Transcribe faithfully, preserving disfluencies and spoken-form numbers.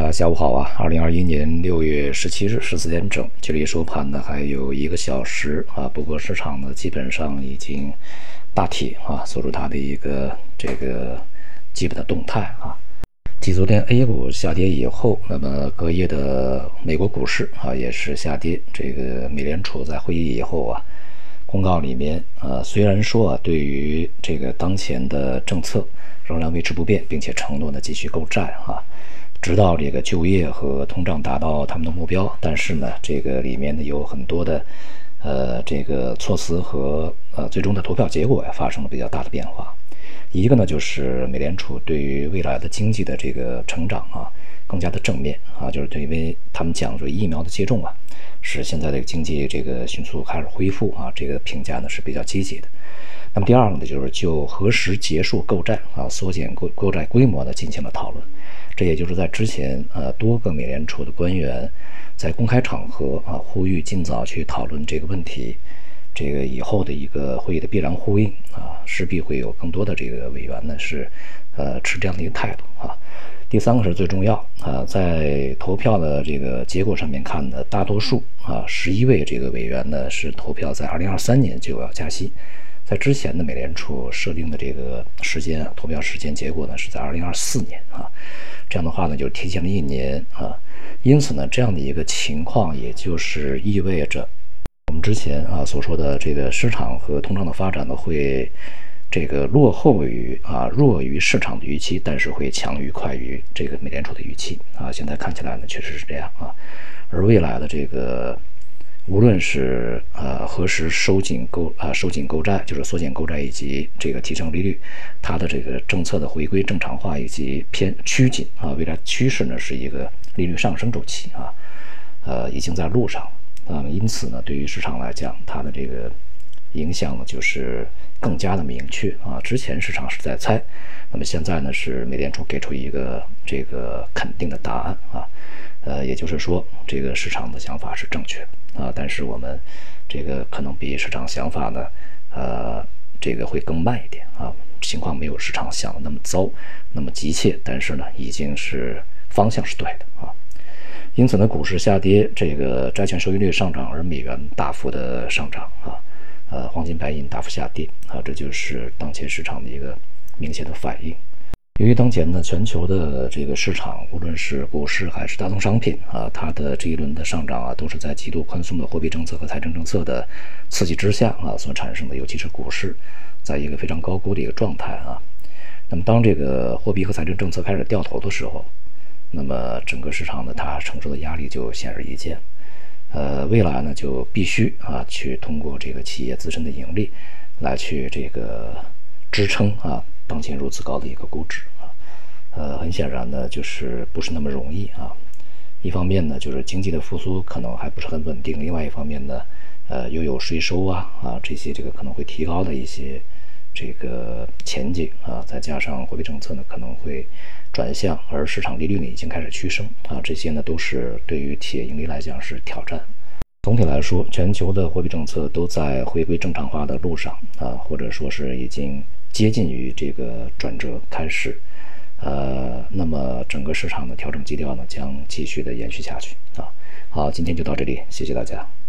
啊，下午好啊！二零二一年六月十七日十四点整，距离收盘呢还有一个小时啊。不过市场呢基本上已经大体啊做出它的一个这个基本的动态啊。继昨天 A 股下跌以后，那么隔夜的美国股市啊也是下跌。这个美联储在会议以后啊，公告里面呃虽然说啊对于这个当前的政策仍然维持不变，并且承诺呢继续购债啊。直到这个就业和通胀达到他们的目标，但是呢，这个里面呢有很多的，呃，这个措辞和呃最终的投票结果呀发生了比较大的变化。一个呢就是美联储对于未来的经济的这个成长啊更加的正面啊，就是对，因为他们讲说疫苗的接种啊，使现在的经济这个迅速开始恢复啊，这个评价呢是比较积极的。那么第二个呢就是就何时结束购债啊，缩减购购债规模呢进行了讨论。这也就是在之前呃多个美联储的官员在公开场合啊呼吁尽早去讨论这个问题，这个以后的一个会议的必然呼应啊，势必会有更多的这个委员呢是呃持这样的一个态度啊。第三个是最重要啊，在投票的这个结果上面看呢，大多数啊十一位这个委员呢是投票在二零二三年就要加息。在之前的美联储设定的这个时间啊，投票时间结果呢是在二零二四年啊，这样的话呢就提前了一年啊，因此呢这样的一个情况，也就是意味着我们之前啊所说的这个市场和通胀的发展呢会这个落后于啊弱于市场的预期，但是会强于快于这个美联储的预期啊，现在看起来呢确实是这样啊，而未来的这个。无论是呃何时收紧购啊、呃、收紧购债，就是缩减购债以及这个提升利率，它的这个政策的回归正常化以及偏趋紧啊，未来趋势呢是一个利率上升周期啊，呃已经在路上啊、呃，因此呢，对于市场来讲，它的这个影响呢就是更加的明确啊。之前市场是在猜，那么现在呢是美联储给出一个这个肯定的答案啊。呃，也就是说，这个市场的想法是正确的啊，但是我们这个可能比市场想法呢，呃，这个会更慢一点啊，情况没有市场想的那么糟，那么急切，但是呢，已经是方向是对的啊。因此呢，股市下跌，这个债券收益率上涨，而美元大幅的上涨啊，呃，黄金白银大幅下跌啊，这就是当前市场的一个明显的反应。由于当前呢，全球的这个市场，无论是股市还是大宗商品啊，它的这一轮的上涨啊，都是在极度宽松的货币政策和财政政策的刺激之下啊所产生的，尤其是股市，在一个非常高估的一个状态啊。那么，当这个货币和财政政策开始掉头的时候，那么整个市场呢，它承受的压力就显而易见。呃，未来呢，就必须啊去通过这个企业自身的盈利来去这个支撑啊当前如此高的一个估值。呃，很显然呢，就是不是那么容易啊。一方面呢，就是经济的复苏可能还不是很稳定；另外一方面呢，呃，又有税收啊啊这些这个可能会提高的一些这个前景啊，再加上货币政策呢可能会转向，而市场利率呢已经开始趋升啊，这些呢都是对于企业盈利来讲是挑战。总体来说，全球的货币政策都在回归正常化的路上啊，或者说是已经接近于这个转折开始。呃，那么整个市场的调整基调呢，将继续的延续下去啊。好，今天就到这里，谢谢大家。